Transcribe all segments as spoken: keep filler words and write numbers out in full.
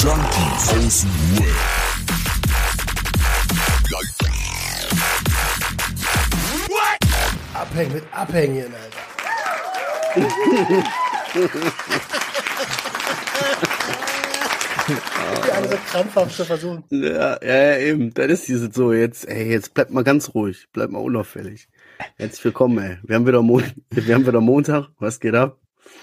Junkies aus dem Web. Abhängen mit Abhängen, Alter. Die alle so krampfhaft zu versuchen. Ja, ja, eben. Das ist dieses so. Jetzt, ey, jetzt bleibt mal ganz ruhig. Bleibt mal unauffällig. Herzlich willkommen, ey. Wir haben wieder, Mon- wir haben wieder Montag. Was geht ab?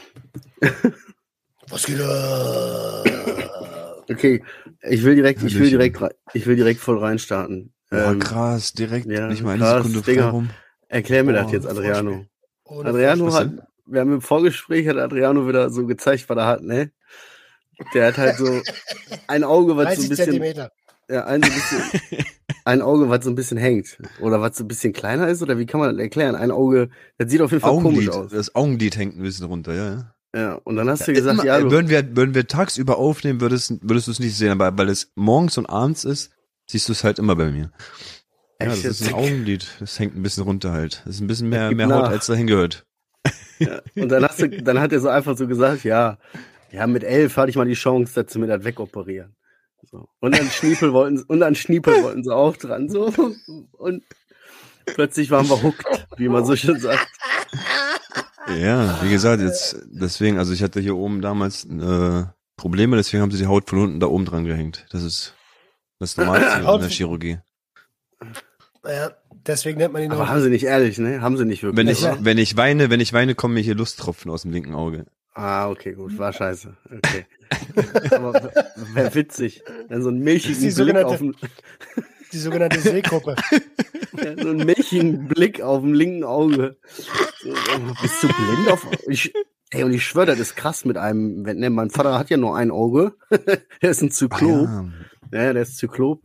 Was geht ab? Okay, ich will direkt, ich will direkt, rei- ich will direkt voll reinstarten. Boah, Ähm, krass, direkt, ja, nicht mal eine krass, Sekunde frei Digga. rum. Erklär mir Oh, das jetzt, Adriano. Ohne Adriano Was hat, denn? wir haben im Vorgespräch, hat Adriano wieder so gezeigt, was er hat, ne? Der hat halt so ein Auge, was so ein dreißig bisschen, Zentimeter. ja, ein, so ein bisschen, ein Auge, was so ein bisschen hängt. Oder was so ein bisschen kleiner ist, oder wie kann man das erklären? Ein Auge, das sieht auf jeden Fall Augenlid, komisch aus. das Augenlid hängt ein bisschen runter, ja, ja. Ja, und dann hast du gesagt, Immer, ja, du, würden wir, würden wir tagsüber aufnehmen, würdest, würdest du es nicht sehen, aber weil es morgens und abends ist, siehst du es halt immer bei mir. Ja, das Echt ist jetzt? ein Augenlid, das hängt ein bisschen runter halt. Das ist ein bisschen mehr, Gib mehr nach. Haut, als dahin gehört. ja. Und dann hast du, dann hat er so einfach so gesagt, ja, ja, mit elf hatte ich mal die Chance, dass sie mir das wegoperieren. So. Und an Schniepel wollten, und an Schniepel wollten sie auch dran, so. Und plötzlich waren wir hooked, wie man so schön sagt. Ja, wie gesagt, jetzt, deswegen, also ich hatte hier oben damals, äh, Probleme, deswegen haben sie die Haut von unten da oben dran gehängt. Das ist das Normalste in der Chirurgie. Ja, deswegen nennt man ihn Aber auch. haben sie nicht ehrlich, ne? Haben sie nicht wirklich. Wenn ich, Ja. wenn ich weine, wenn ich weine, kommen mir hier Lusttropfen aus dem linken Auge. Ah, okay, gut, war scheiße. Okay. Aber wäre witzig, wenn so ein Die milchigen Blick sogenannte- auf den, Die sogenannte Seegruppe. ja, so einen milchigen Blick auf dem linken Auge. So, oh, bist du blind auf? Ich, ey, und ich schwöre, das ist krass mit einem, wenn, ne, mein Vater hat ja nur ein Auge. Der ist ein Zyklop. Ah, Ja, der ist Zyklop.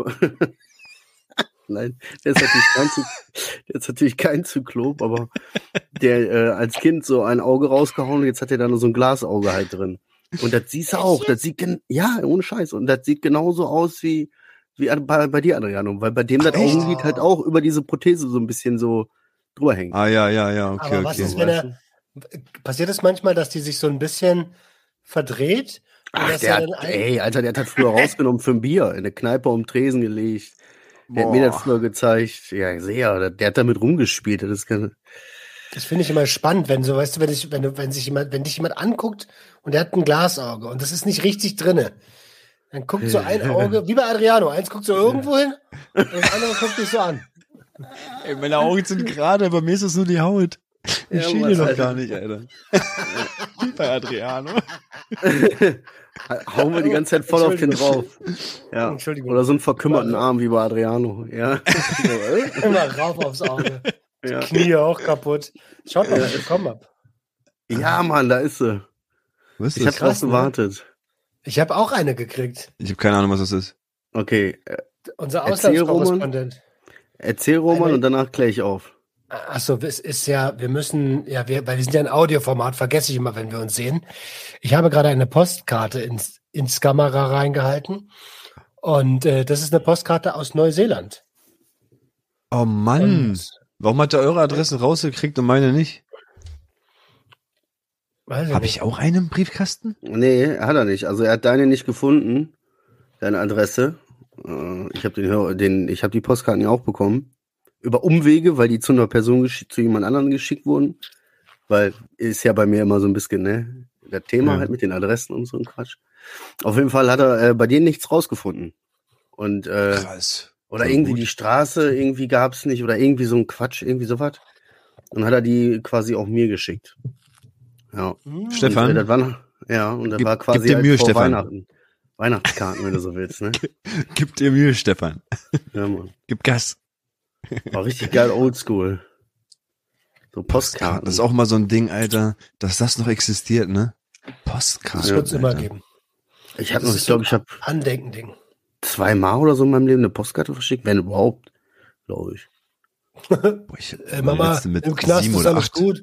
Nein, der ist natürlich kein, Zy der ist natürlich kein Zyklop, aber der äh, als Kind so ein Auge rausgehauen und jetzt hat er da nur so ein Glasauge halt drin. Und das siehst du auch, das sieht gen ja, ohne Scheiß. Und das sieht genauso aus wie, wie bei, bei dir, Adriano, weil bei dem das Ach, echt? Augenlid halt auch über diese Prothese so ein bisschen so drüber hängt. ah ja, ja, ja, okay, Aber was okay. ist, wenn er. Passiert es manchmal, dass die sich so ein bisschen verdreht? Und Ach, dass der er hat, dann ein- ey, Alter, der hat das früher rausgenommen für ein Bier, in der Kneipe um den Tresen gelegt. Der hat mir das Boah. früher gezeigt. Ja, sehr, der, der hat damit rumgespielt. Das kann, Das finde ich immer spannend, wenn so, weißt du, wenn ich, wenn du, wenn sich jemand, wenn dich jemand anguckt und der hat ein Glasauge und das ist nicht richtig drinne, dann guckt so ein Auge, wie bei Adriano, eins guckt so irgendwo hin und das andere guckt dich so an. Ey, meine Augen sind gerade, aber mir ist es nur die Haut. Ich Ja, schiele Mann, noch Alter. gar nicht, Alter. Wie bei Adriano. hauen wir die ganze Zeit voll auf den drauf. Ja. Entschuldigung. Oder so einen verkümmerten Arm wie bei Adriano. Ja. Immer rauf aufs Auge. ja. Knie auch kaputt. Schaut mal, was ich bekommen hab. ja, Mann, da ist sie. Was ist Ich hab das? drauf krass, ne? gewartet. Ich habe auch eine gekriegt. Ich habe keine Ahnung, was das ist. Okay, äh, Unser Erzähl, Auslandskorrespondent. erzähl Roman Eine- und danach kläre ich auf. Achso, es ist ja, wir müssen, ja, wir, weil wir sind ja ein Audioformat, vergesse ich immer, wenn wir uns sehen. Ich habe gerade eine Postkarte ins, ins Kamera reingehalten und äh, das ist eine Postkarte aus Neuseeland. Oh Mann. Und, Warum hat er eure Adressen rausgekriegt und meine nicht? weiß ich Habe nicht. ich auch einen im Briefkasten? Nee, hat er nicht. Also er hat deine nicht gefunden, deine Adresse. Äh, Ich habe den, Hör- den, ich habe die Postkarten ja auch bekommen. Über Umwege, weil die zu einer Person gesch- zu jemand anderem geschickt wurden. Weil ist ja bei mir immer so ein bisschen, ne? Das Thema Ja. halt mit den Adressen und so ein Quatsch. Auf jeden Fall hat er äh, bei dir nichts rausgefunden. Und äh, Krass. oder Voll irgendwie gut. die Straße, irgendwie gab's nicht, oder irgendwie so ein Quatsch, irgendwie sowas. Und hat er die quasi auch mir geschickt. Ja. Hm. Stefan? Und, äh, das war, noch- ja, und das Gib- war gib quasi dir halt Mühe, vor Stefan. Weihnachten. Weihnachtskarten, wenn du so willst, ne? Gib dir Mühe, Stefan. Ja, Mann. Gib Gas. War richtig geil oldschool. So Postkarten. Das ist auch mal so ein Ding, Alter, dass das noch existiert, ne? Das Postkarten. wird es immer Alter. geben. ich habe Das noch, ist ich glaube, so ich habe Andenken-Ding. zweimal oder so in meinem Leben eine Postkarte verschickt, wenn überhaupt, glaube ich. Boah, ich, Äh, Mama, letzte mit im Knast sieben ist oder alles acht. gut.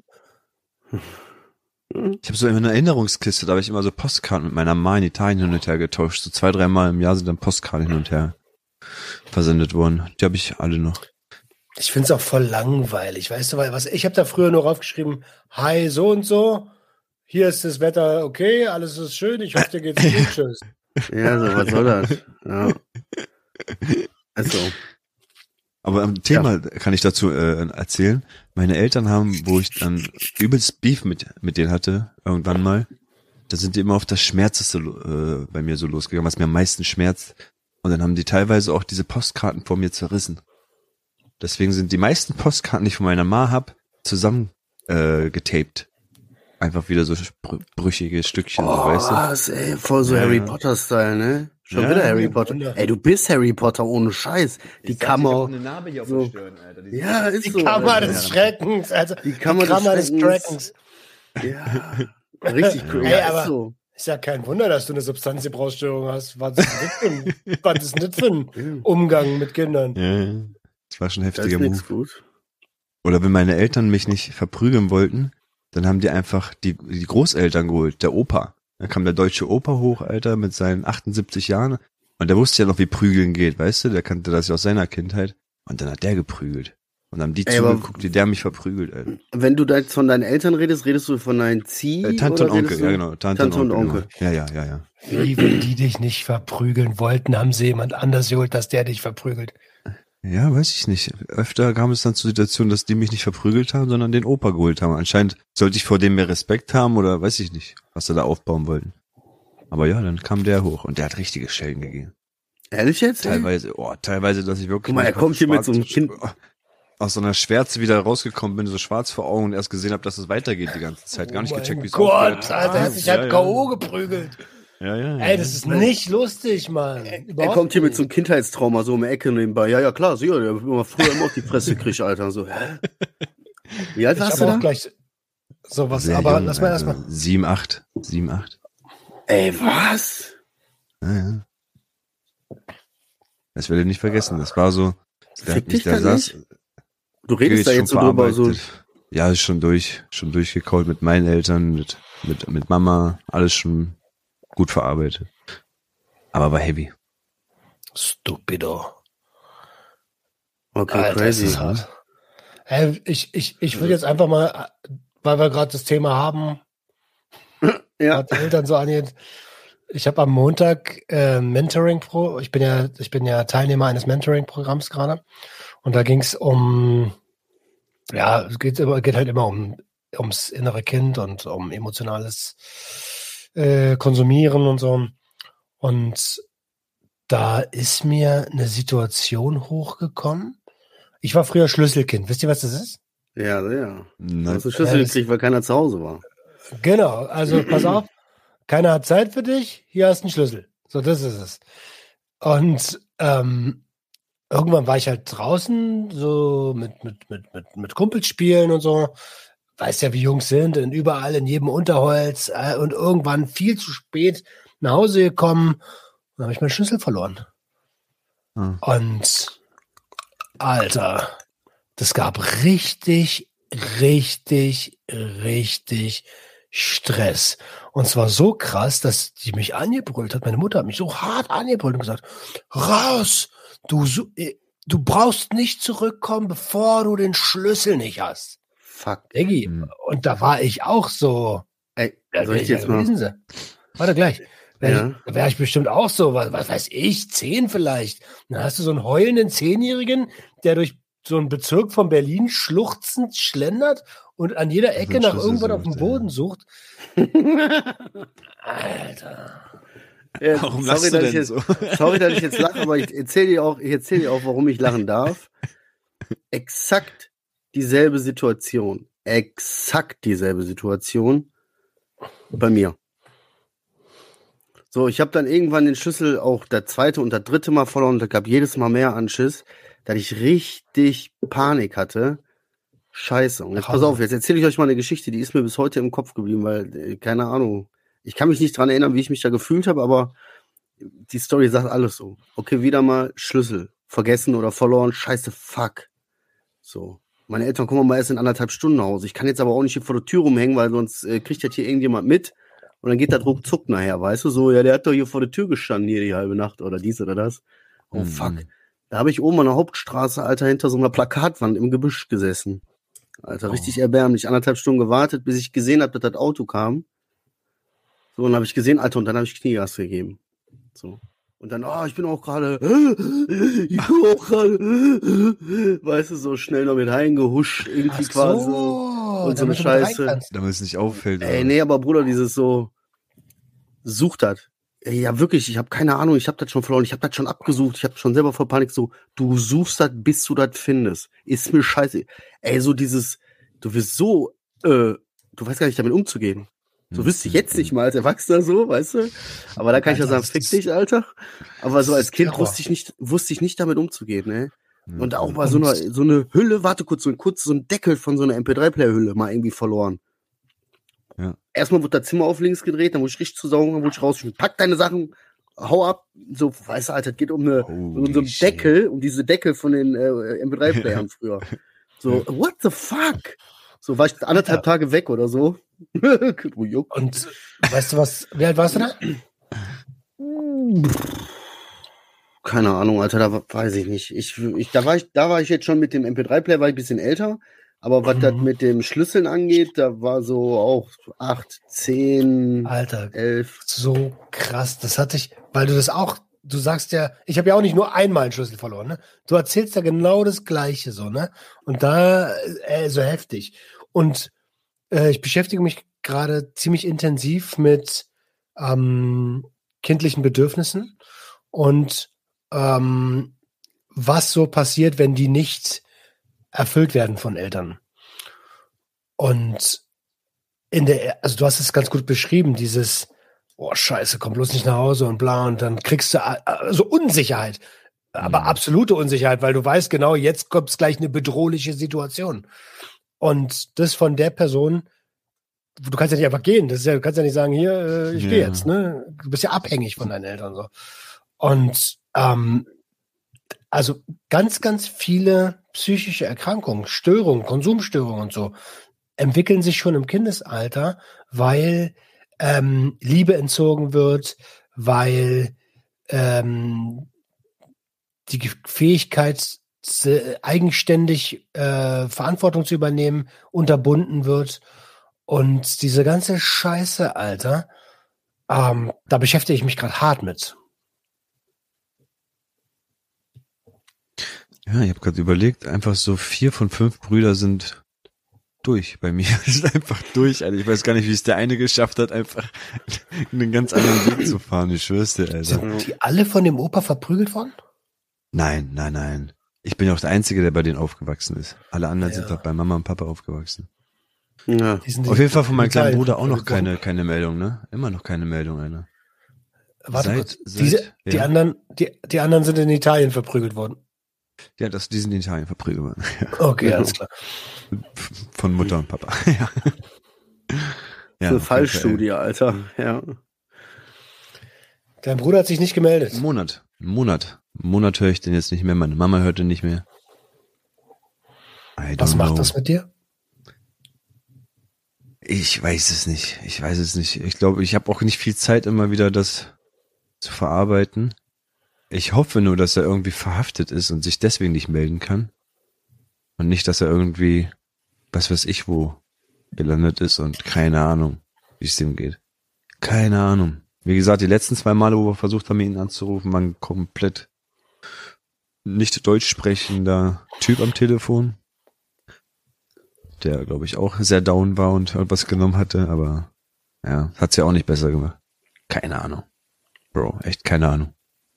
Ich habe so in einer Erinnerungskiste, da habe ich immer so Postkarten mit meiner Ma in Italien hin und her getauscht. So zwei, dreimal im Jahr sind dann Postkarten hin und her versendet worden. Die habe ich alle noch. Ich finde es auch voll langweilig, weißt du, weil was ich habe da früher nur aufgeschrieben, hi, so und so, hier ist das Wetter okay, alles ist schön, ich hoffe, dir geht's gut, tschüss. Ja, so, was soll das? Ja. Also. Aber am Thema ja. kann ich dazu äh, erzählen. Meine Eltern haben, wo ich dann übelst Beef mit mit denen hatte, irgendwann mal, da sind die immer auf das Schmerzeste äh, bei mir so losgegangen, was mir am meisten schmerzt. Und dann haben die teilweise auch diese Postkarten vor mir zerrissen. Deswegen sind die meisten Postkarten, die ich von meiner Ma hab, zusammen äh, getaped. Einfach wieder so brüchige Stückchen, oh, so, weißt du? Was, ey, voll so ja. Harry Potter-Style, ne? Schon ja, wieder Harry Potter. Wunder. Ey, du bist Harry Potter ohne Scheiß. Die ich Kammer. Sag, ich eine Narbe hier so. auf der Stirn, Alter. Die ja, ist die so. Kammer Alter. des Schreckens. Also die Kammer, die Kammer des, des Schreckens. Ja, richtig cool. Ey, ja, aber ist so. Ist ja kein Wunder, dass du eine Substanzgebrauchsstörung hast. Was ist das nicht für ein Umgang mit Kindern? Ja, das war schon ein heftiger das Move. Gut. Oder wenn meine Eltern mich nicht verprügeln wollten, dann haben die einfach die, die Großeltern geholt, der Opa. Dann kam der deutsche Opa hoch, Alter, mit seinen achtundsiebzig Jahren. Und der wusste ja noch, wie Prügeln geht, weißt du? Der kannte das ja aus seiner Kindheit. Und dann hat der geprügelt. Und dann haben die Ey, zugeguckt, wie der mich verprügelt, Alter. Wenn du da jetzt von deinen Eltern redest, redest du von deinen Zieh? Äh, Tante und Onkel, ja genau. Tante, Tante und Onkel. Onkel. Ja, ja, ja, ja. Wie, wenn die dich nicht verprügeln wollten, haben sie jemand anders geholt, dass der dich verprügelt. Ja, weiß ich nicht. Öfter kam es dann zur Situation, dass die mich nicht verprügelt haben, sondern den Opa geholt haben. Anscheinend sollte ich vor dem mehr Respekt haben oder weiß ich nicht, was sie da aufbauen wollten. Aber ja, dann kam der hoch und der hat richtige Schellen gegeben. Ehrlich jetzt? Teilweise, oh, teilweise, dass ich wirklich... Guck mal, er kommt hier mit so einem Kind... aus so einer Schwärze wieder rausgekommen bin, so schwarz vor Augen und erst gesehen habe, dass es weitergeht die ganze Zeit. Gar nicht oh gecheckt, wie es aufgehört. Gott, Alter, er hat sich halt ja, K O ja. geprügelt. Ja, ja, ja. Ey, das ist nicht lustig, Mann. Überhaupt er kommt hier nicht. Mit so einem Kindheitstrauma so um die Ecke nebenbei. Ja, ja, klar, sicher, der hat immer früher immer auf die Fresse gekriegt, Alter. So, hä? Wie alt warst du da? Gleich sowas, Sehr aber jung, lass mal erstmal. Sieben, acht. Sieben, acht. Ey, was? Ja, ja. Das werde ich nicht vergessen. Das war so, der, Fick dich der saß. Nicht? Du redest da jetzt so drüber so. Ja, ist schon durch, schon durchgekaut mit meinen Eltern, mit, mit, mit Mama, alles schon gut verarbeitet. Aber war heavy. Stupido. Okay, Alter, crazy. Das ist hart. Hey, ich, ich, ich will jetzt einfach mal, weil wir gerade das Thema haben, ja. was die Eltern so angeht. Ich habe am Montag äh, Mentoring Pro, ich bin ja, ich bin ja Teilnehmer eines Mentoring-Programms gerade. Und da ging es um, ja, es geht, immer, geht halt immer um ums innere Kind und um emotionales äh, Konsumieren und so. Und da ist mir eine Situation hochgekommen. Ich war früher Schlüsselkind. Wisst ihr, was das ist? Ja, ja. Nein. Du hast einen Schlüssel gekriegt, weil keiner zu Hause war. Genau, also pass auf, keiner hat Zeit für dich, hier hast du einen Schlüssel. So, das ist es. Und ähm, irgendwann war ich halt draußen, so mit, mit, mit, mit, mit Kumpels spielen und so. Weißt ja, wie Jungs sind, und überall in jedem Unterholz äh, und irgendwann viel zu spät nach Hause gekommen und dann habe ich meinen Schlüssel verloren. Hm. Und Alter, das gab richtig, richtig, richtig Stress. Und zwar so krass, dass die mich angebrüllt hat. Meine Mutter hat mich so hart angebrüllt und gesagt, raus! Du, du brauchst nicht zurückkommen, bevor du den Schlüssel nicht hast. Fuck. Diggi. Mhm. Und da war ich auch so. Ey, soll ich jetzt mal? Sie. Warte gleich. Wär ja. ich, da wäre ich bestimmt auch so, was, was weiß ich, zehn vielleicht. Dann hast du so einen heulenden Zehnjährigen, der durch so einen Bezirk von Berlin schluchzend schlendert und an jeder Ecke nach irgendwas auf dem Boden sucht. Alter. Ja, warum sorry, lachst du denn jetzt, so? Sorry, dass ich jetzt lache, aber ich erzähle dir auch, ich erzähle dir auch, warum ich lachen darf. Exakt dieselbe Situation. Exakt dieselbe Situation bei mir. So, ich habe dann irgendwann den Schlüssel auch das zweite und das dritte Mal verloren und da gab jedes Mal mehr Anschiss, dass ich richtig Panik hatte. Scheiße. Und jetzt pass auf, jetzt erzähle ich euch mal eine Geschichte, die ist mir bis heute im Kopf geblieben, weil, keine Ahnung, ich kann mich nicht dran erinnern, wie ich mich da gefühlt habe, aber die Story sagt alles so. Okay, wieder mal Schlüssel. Vergessen oder verloren. Scheiße, fuck. So. Meine Eltern kommen mal erst in anderthalb Stunden nach Hause. Ich kann jetzt aber auch nicht hier vor der Tür rumhängen, weil sonst äh, kriegt das hier irgendjemand mit. Und dann geht das ruckzuck nachher, weißt du? So, ja, der hat doch hier vor der Tür gestanden, hier die halbe Nacht oder dies oder das. Oh, mhm. Fuck. Da habe ich oben an der Hauptstraße, Alter, hinter so einer Plakatwand im Gebüsch gesessen. Alter, oh. Richtig erbärmlich. Anderthalb Stunden gewartet, bis ich gesehen habe, dass das Auto kam. So, und dann habe ich gesehen, Alter, und dann habe ich Kniegas gegeben. So. Und dann, ah, oh, ich bin auch gerade, ich bin auch gerade, weißt du, so schnell noch mit reingehuscht, irgendwie Ach quasi. so, Und so eine damit du mit rein Scheiße. kannst. Damit es nicht auffällt. Ey, oder? nee, aber Bruder, dieses so, sucht das. Ey, ja, wirklich, ich habe keine Ahnung, ich habe das schon verloren, ich habe das schon abgesucht, ich habe schon selber vor Panik so, du suchst das, bis du das findest. Ist mir scheiße. Ey, so dieses, du wirst so, äh, du weißt gar nicht damit umzugehen. So wüsste ich jetzt nicht mal als Erwachsener so, weißt du? Aber da kann ich ja Alter, sagen, das fick ist- dich, Alter. Aber so das als ist Kind Terror. wusste ich nicht, wusste ich nicht damit umzugehen, ne? Mhm. Und auch mal so eine, so eine Hülle, warte kurz, so ein kurz, so ein Deckel von so einer M P drei Player Hülle mal irgendwie verloren. Ja. Erstmal wurde das Zimmer auf links gedreht, dann wurde ich richtig zu saugen, dann wurde ich raus, pack deine Sachen, hau ab, so, weißt du, Alter, es geht um eine, um so einen Holy Deckel, um diese Deckel von den äh, M P drei Playern früher. So, what the fuck? So war ich anderthalb Ja. Tage weg oder so. Juck. Und weißt du was, wie alt warst du da? Keine Ahnung, Alter, da war- weiß ich nicht. Ich, ich, da war ich, da war ich jetzt schon mit dem M P drei Player, war ich ein bisschen älter. Aber was Mhm. das mit dem Schlüsseln angeht, da war so auch acht, zehn, Alter, elf. so krass. Das hatte ich, weil du das auch, du sagst ja, ich habe ja auch nicht nur einmal einen Schlüssel verloren, ne? Du erzählst ja genau das Gleiche so, ne? Und da äh, so heftig. Und äh, ich beschäftige mich gerade ziemlich intensiv mit ähm, kindlichen Bedürfnissen und ähm, was so passiert, wenn die nicht erfüllt werden von Eltern. Und in der, also du hast es ganz gut beschrieben, dieses, oh Scheiße, komm bloß nicht nach Hause und bla, und dann kriegst du äh, so Unsicherheit, aber Mhm. absolute Unsicherheit, weil du weißt genau, jetzt kommt gleich eine bedrohliche Situation. Und das von der Person, du kannst ja nicht einfach gehen, das ist ja, du kannst ja nicht sagen, hier, äh, ich gehe Ja. jetzt, ne? Du bist ja abhängig von deinen Eltern so. Und ähm, also ganz, ganz viele psychische Erkrankungen, Störungen, Konsumstörungen und so entwickeln sich schon im Kindesalter, weil ähm, Liebe entzogen wird, weil ähm, die Fähigkeit, äh, eigenständig äh, Verantwortung zu übernehmen, unterbunden wird. Und diese ganze Scheiße, Alter, ähm, da beschäftige ich mich gerade hart mit. Ja, ich habe gerade überlegt, einfach so vier von fünf Brüder sind durch bei mir. Ist einfach durch, Alter. Ich weiß gar nicht, wie es der eine geschafft hat, einfach einen ganz anderen Weg zu fahren. Ich schwör's dir, Alter. Sind die alle von dem Opa verprügelt worden? Nein, nein, nein. Ich bin ja auch der Einzige, der bei denen aufgewachsen ist. Alle anderen Ja. sind doch bei Mama und Papa aufgewachsen. Ja. Die sind Auf jeden Fall von meinem kleinen Italien Bruder auch noch verprügelt worden. keine, keine Meldung, ne? Immer noch keine Meldung, einer. Warte Seit- kurz. seit- Diese, die, ja. anderen, die, die anderen sind in Italien verprügelt worden. Ja, das, die sind in Italien verprügelt worden. Okay, Ja. alles klar. Von Mutter und Papa. ja. Ja, Eine auf jeden Fall, Fallstudie, Alter. Ja. Dein Bruder hat sich nicht gemeldet. ey. Ein Monat. Ein Monat. Einen Monat höre ich den jetzt nicht mehr. Meine Mama hört den nicht mehr. I don't Was macht know. das mit dir? Ich weiß es nicht. Ich weiß es nicht. Ich glaube, ich habe auch nicht viel Zeit, immer wieder das zu verarbeiten. Ich hoffe nur, dass er irgendwie verhaftet ist und sich deswegen nicht melden kann. Und nicht, dass er irgendwie, was weiß ich wo, gelandet ist und keine Ahnung, wie es dem geht. Keine Ahnung. Wie gesagt, die letzten zwei Male, wo wir versucht haben, ihn anzurufen, war ein komplett nicht deutsch sprechender Typ am Telefon, der, glaube ich, auch sehr down war und was genommen hatte, aber ja, hat's ja auch nicht besser gemacht. Keine Ahnung. Bro, echt keine Ahnung.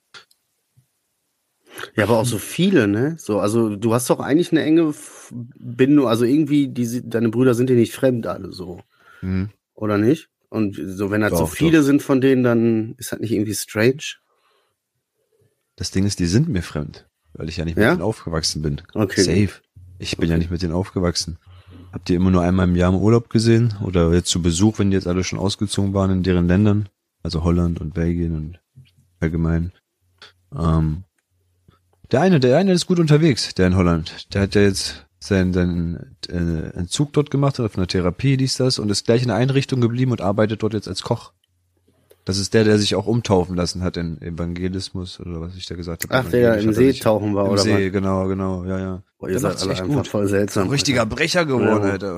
Ja, aber auch so viele, ne? So, also du hast doch eigentlich eine enge F- Bindung, also irgendwie, die, deine Brüder sind dir nicht fremd alle so, Mhm. oder nicht? Und so, wenn halt so Doch, viele doch. sind von denen, dann ist das nicht irgendwie strange? Das Ding ist, die sind mir fremd, weil ich ja nicht Ja? mit denen aufgewachsen bin. Okay. Safe. Ich bin ja nicht mit denen aufgewachsen. Habt ihr immer nur einmal im Jahr im Urlaub gesehen? Oder jetzt zu Besuch, wenn die jetzt alle schon ausgezogen waren in deren Ländern? Also Holland und Belgien und allgemein. Ähm, der eine, der eine ist gut unterwegs, der in Holland. Der hat ja jetzt seinen, seinen äh, Entzug dort gemacht, hat auf einer Therapie, dies, das, und ist gleich in der Einrichtung geblieben und arbeitet dort jetzt als Koch. Das ist der, der sich auch umtaufen lassen hat in Evangelismus oder was ich da gesagt habe. Ach, der Evangelisch im hat er See sich- tauchen war, Im oder See, genau, genau, ja, ja. was? Boah, ihr Der seid macht's alle echt einfach gut. voll seltsam. Ein richtiger Alter. Brecher geworden, Ja. Alter.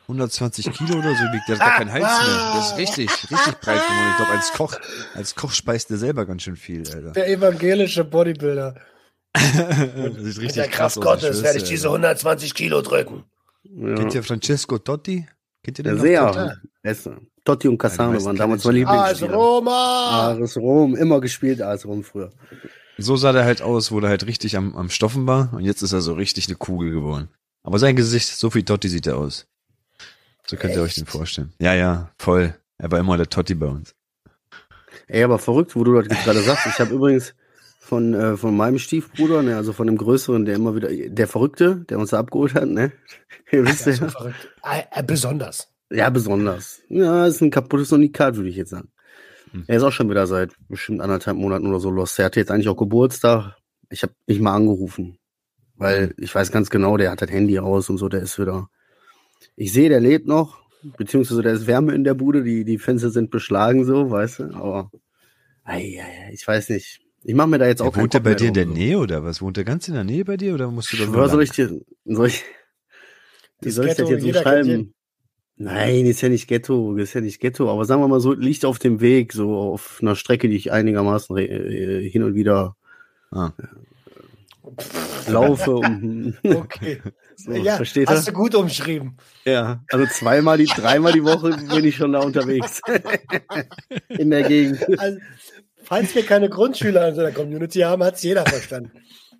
hundertzwanzig Kilo oder so wiegt. Der hat gar keinen Hals mehr. Der ist richtig, richtig breit geworden. Ich glaube, als Koch, als Koch speist der selber ganz schön viel, Alter. Der evangelische Bodybuilder. Das sieht Mit richtig der krass Kraft aus. Gottes werde ich schwör's dir, diese hundertzwanzig Kilo drücken. Ja. Kennt ihr Francesco Totti? Kennt ihr den noch? Sehr. Essen. Totti und Cassano meisten waren damals kennen meine ihn. AS Lieblingsspieler. Roma! AS Rom, immer gespielt AS Rom früher. So sah der halt aus, wo der halt richtig am, am Stoffen war. Und jetzt ist er so richtig eine Kugel geworden. Aber sein Gesicht, so wie Totti sieht er aus. So könnt ihr euch den vorstellen. Ja, ja, voll. Er war immer der Totti bei uns. Ey, aber verrückt, wo du das gerade sagst. Ich habe übrigens von, äh, von meinem Stiefbruder, ne, also von dem Größeren, der immer wieder, der Verrückte, der uns da abgeholt hat, ne? Ihr wisst Ja, ja. so verrückt. Äh, äh, besonders. Ja, besonders. Ja, ist ein kaputtes Unikat, würde ich jetzt sagen. Hm. Er ist auch schon wieder seit bestimmt anderthalb Monaten oder so los. Er hatte jetzt eigentlich auch Geburtstag. Ich habe nicht mal angerufen, weil ich weiß ganz genau, der hat das Handy aus und so, der ist wieder. Ich sehe, der lebt noch, beziehungsweise da ist Wärme in der Bude, die, die Fenster sind beschlagen, so, weißt du, aber ei, ei, ei, ich weiß nicht. Ich mache mir da jetzt auch Ja, wohnt der Kopf bei mehr dir in der drum. Nähe oder was? Wohnt der ganz in der Nähe bei dir oder musst du da Ich nur schwör, soll lang? ich dir, soll ich, wie Das soll ich das Ghetto, jetzt so jeder kennt jeden. schreiben? Nein, ist ja nicht Ghetto, ist ja nicht Ghetto, aber sagen wir mal so, liegt auf dem Weg, so auf einer Strecke, die ich einigermaßen äh, hin und wieder Ah. laufe. Und, Okay. so, Ja, versteht hast ihr? du gut umschrieben. Ja, also zweimal die, dreimal die Woche bin ich schon da unterwegs. In der Gegend. Also, falls wir keine Grundschüler in so einer Community haben, hat es jeder verstanden.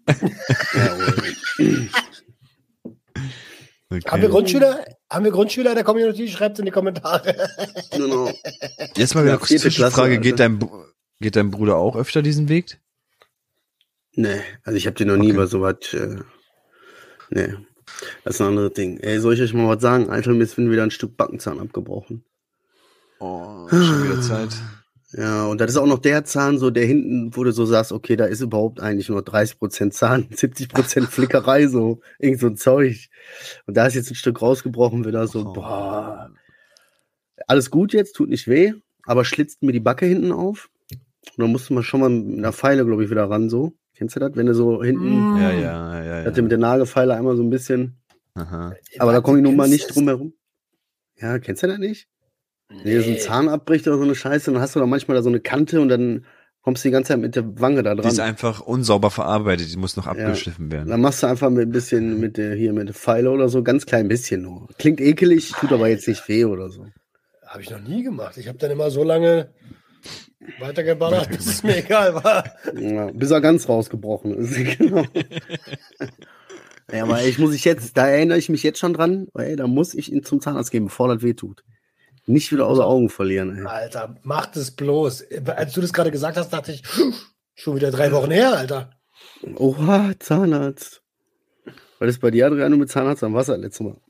Okay. Haben wir Grundschüler? Haben wir Grundschüler in der Community? Schreibt in die Kommentare. Genau. Jetzt mal wieder Ja, kurz vierte Zwischenfrage. Klasse, Geht dein, Br- geht dein Bruder auch öfter diesen Weg? Nee, also ich habe den noch nie Okay. bei so was. Äh, nee, das ist ein anderes Ding. Ey, soll ich euch mal was sagen? Alter, mir ist wieder ein Stück Backenzahn abgebrochen. Oh, schon wieder Zeit. Ja, und das ist auch noch der Zahn, so der hinten, wo du so sagst, okay, da ist überhaupt eigentlich nur dreißig Prozent Zahn, siebzig Prozent Flickerei, so irgend so ein Zeug. Und da ist jetzt ein Stück rausgebrochen, wieder so, Oh. boah. Alles gut jetzt, tut nicht weh, aber schlitzt mir die Backe hinten auf. Und dann musste man schon mal mit einer Feile, glaube ich, wieder ran, so. Kennst du das? Wenn du so hinten, Ja, ja, ja, hat ja. mit der Nagelfeile einmal so ein bisschen, Aha. aber da komme ich nun mal Kennst nicht du drum herum. Ja, kennst du das nicht? Wenn dir so ein Zahn abbricht oder so eine Scheiße, dann hast du da manchmal da so eine Kante und dann kommst du die ganze Zeit mit der Wange da Die ist dran. einfach unsauber verarbeitet, die muss noch abgeschliffen werden. Dann machst du einfach mit ein bisschen mit der, hier mit der Pfeile oder so, ganz klein bisschen nur. Klingt ekelig, tut aber jetzt nicht weh oder so. Habe ich noch nie gemacht. Ich habe dann immer so lange weitergeballert, bis es mir egal war. Ja, bis er ganz rausgebrochen ist. Genau. Ja, aber ich muss ich jetzt, da erinnere ich mich jetzt schon dran, ey, da muss ich ihn zum Zahnarzt gehen, bevor das weh tut. Nicht wieder außer Augen verlieren, ey. Alter, macht es bloß. Als du das gerade gesagt hast, dachte ich, schon wieder drei Wochen her, Alter. Oha, Zahnarzt. Was ist bei dir, Adriano, mit Zahnarzt am Wasser letztes Mal?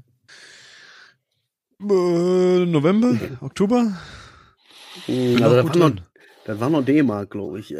Äh, November? Oktober? Hm, Bin also auch das gut war, noch, drin. das war noch D-Mark, glaube ich.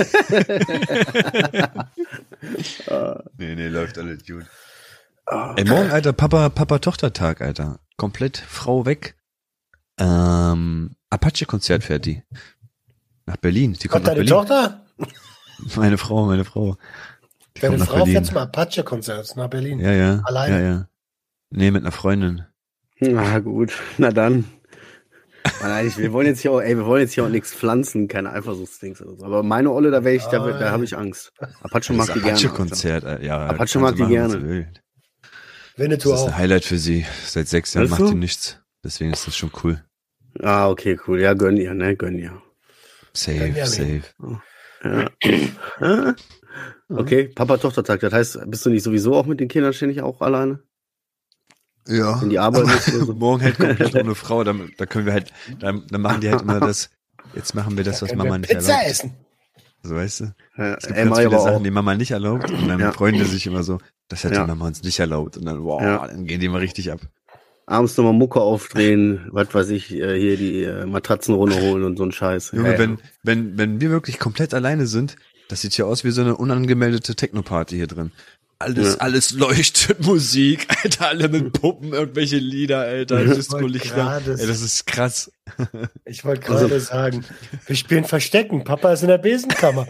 Nee, nee, läuft alles gut. Ah, Ey, morgen, Alter, Papa, Papa-Tochter-Tag, Alter. Komplett Frau weg. Ähm, Apache-Konzert fährt die. Nach Berlin. Die kommt Kommt nach deine Berlin. Tochter? Meine Frau, meine Frau. Die Deine kommt nach Frau fährt Berlin. zum Apache-Konzert nach Berlin. Ja, ja. Alleine? Ja, ja. Nee, mit einer Freundin. Na gut, na dann. Ah, nein, ich, wir wollen jetzt hier auch, ey, wir wollen jetzt hier auch nichts pflanzen, keine Eifersuchtsdings oder so. Aber meine Olle, da wäre ich, da, da habe ich Angst. Apache mag Das die gerne. Apache-Konzert, äh, ja. Apache kann sie mag die machen, was gerne. sie will. Winnetou Das ist auch. ein Highlight für sie. Seit sechs Jahren Weißt macht du? sie nichts. Deswegen ist das schon cool. Alter. Ah, okay, cool. Ja, gönn ihr, ne, gönn ihr. Safe, Benjamin. safe. Ja. Ah, okay, Papa-Tochter-Tag. Das heißt, bist du nicht sowieso auch mit den Kindern ständig auch alleine? Ja. Wenn die Arbeit ist oder so? Morgen halt komplett ohne Frau, dann, da können wir halt, dann, dann machen die halt immer das, jetzt machen wir das, was Können Mama wir nicht Pizza erlaubt. essen. So, weißt du? Ja, Es gibt ey, ganz mach ich viele aber Sachen, auch. die Mama nicht erlaubt und dann Ja. freuen die sich immer so, das hat Ja. die Mama uns nicht erlaubt und dann, wow, Ja. dann gehen die immer richtig ab. Abends nochmal Mucke aufdrehen, was weiß ich, äh, hier die äh, Matratzen runterholen und so ein Scheiß. Junge, Ja, ja. wenn, wenn, wenn wir wirklich komplett alleine sind, das sieht ja aus wie so eine unangemeldete Techno-Party hier drin. Alles, Ja. alles leuchtet, Musik, Alter, alle mit Puppen, irgendwelche Lieder, Alter, Ja. Disco-Lichter. Gerade- Ey, das ist krass. Ich wollte gerade sagen, wir spielen Verstecken. Papa ist in der Besenkammer.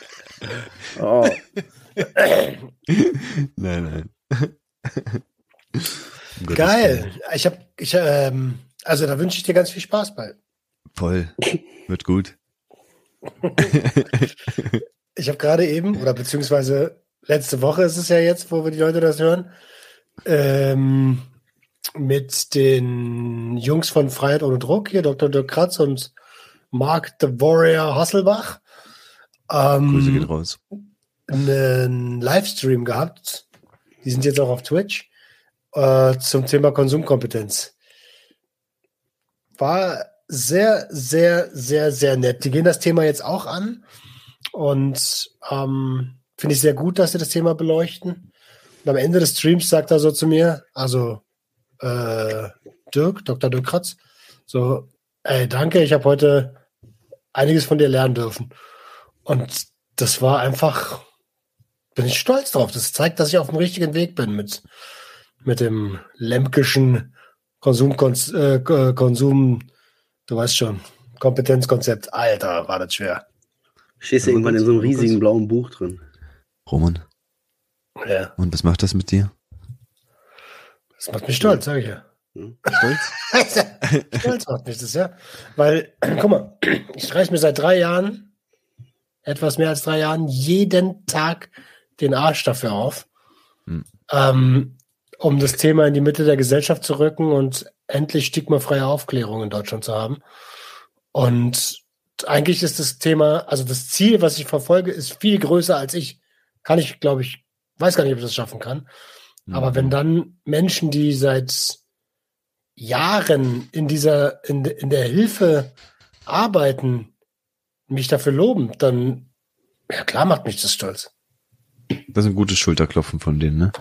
Oh. Nein, nein. Um Gottes Geil. Willen. Ich hab, ich, ähm, also da wünsche ich dir ganz viel Spaß bei. Voll. Wird gut. Ich habe gerade eben, oder beziehungsweise letzte Woche ist es ja jetzt, wo wir die Leute das hören, ähm, mit den Jungs von Freiheit ohne Druck, hier Doktor Dirk Kratz und Mark the Warrior Hasselbach, Grüße gehen ähm, raus. einen Livestream gehabt. Die sind jetzt auch auf Twitch äh, zum Thema Konsumkompetenz. War sehr, sehr, sehr, sehr nett. Die gehen das Thema jetzt auch an und ähm, finde ich sehr gut, dass sie das Thema beleuchten. Und am Ende des Streams sagt er so zu mir, also äh, Dirk, Doktor Dirk Kratz, so, ey, danke, ich habe heute einiges von dir lernen dürfen. Und das war einfach, bin ich stolz drauf. Das zeigt, dass ich auf dem richtigen Weg bin mit, mit dem lemkeschen Konsum, äh, Konsum, du weißt schon, Kompetenzkonzept. Alter, war das schwer. Stehst du irgendwann in so einem riesigen blauen Buch drin. Roman. Ja. Und was macht das mit dir? Das macht mich stolz, sag ich ja. Stolz? Stolz macht mich das, ja. Weil, guck mal, ich streiche mir seit drei Jahren, etwas mehr als drei Jahren, jeden Tag den Arsch dafür auf, Hm. ähm, um das Thema in die Mitte der Gesellschaft zu rücken und endlich stigmafreie Aufklärung in Deutschland zu haben. Und eigentlich ist das Thema, also das Ziel, was ich verfolge, ist viel größer als ich. Kann ich, glaube ich, weiß gar nicht, ob ich das schaffen kann. Mhm. Aber wenn dann Menschen, die seit Jahren in dieser, in, in der Hilfe arbeiten, mich dafür loben, dann, ja klar macht mich das stolz. Das ist ein gutes Schulterklopfen von denen, ne?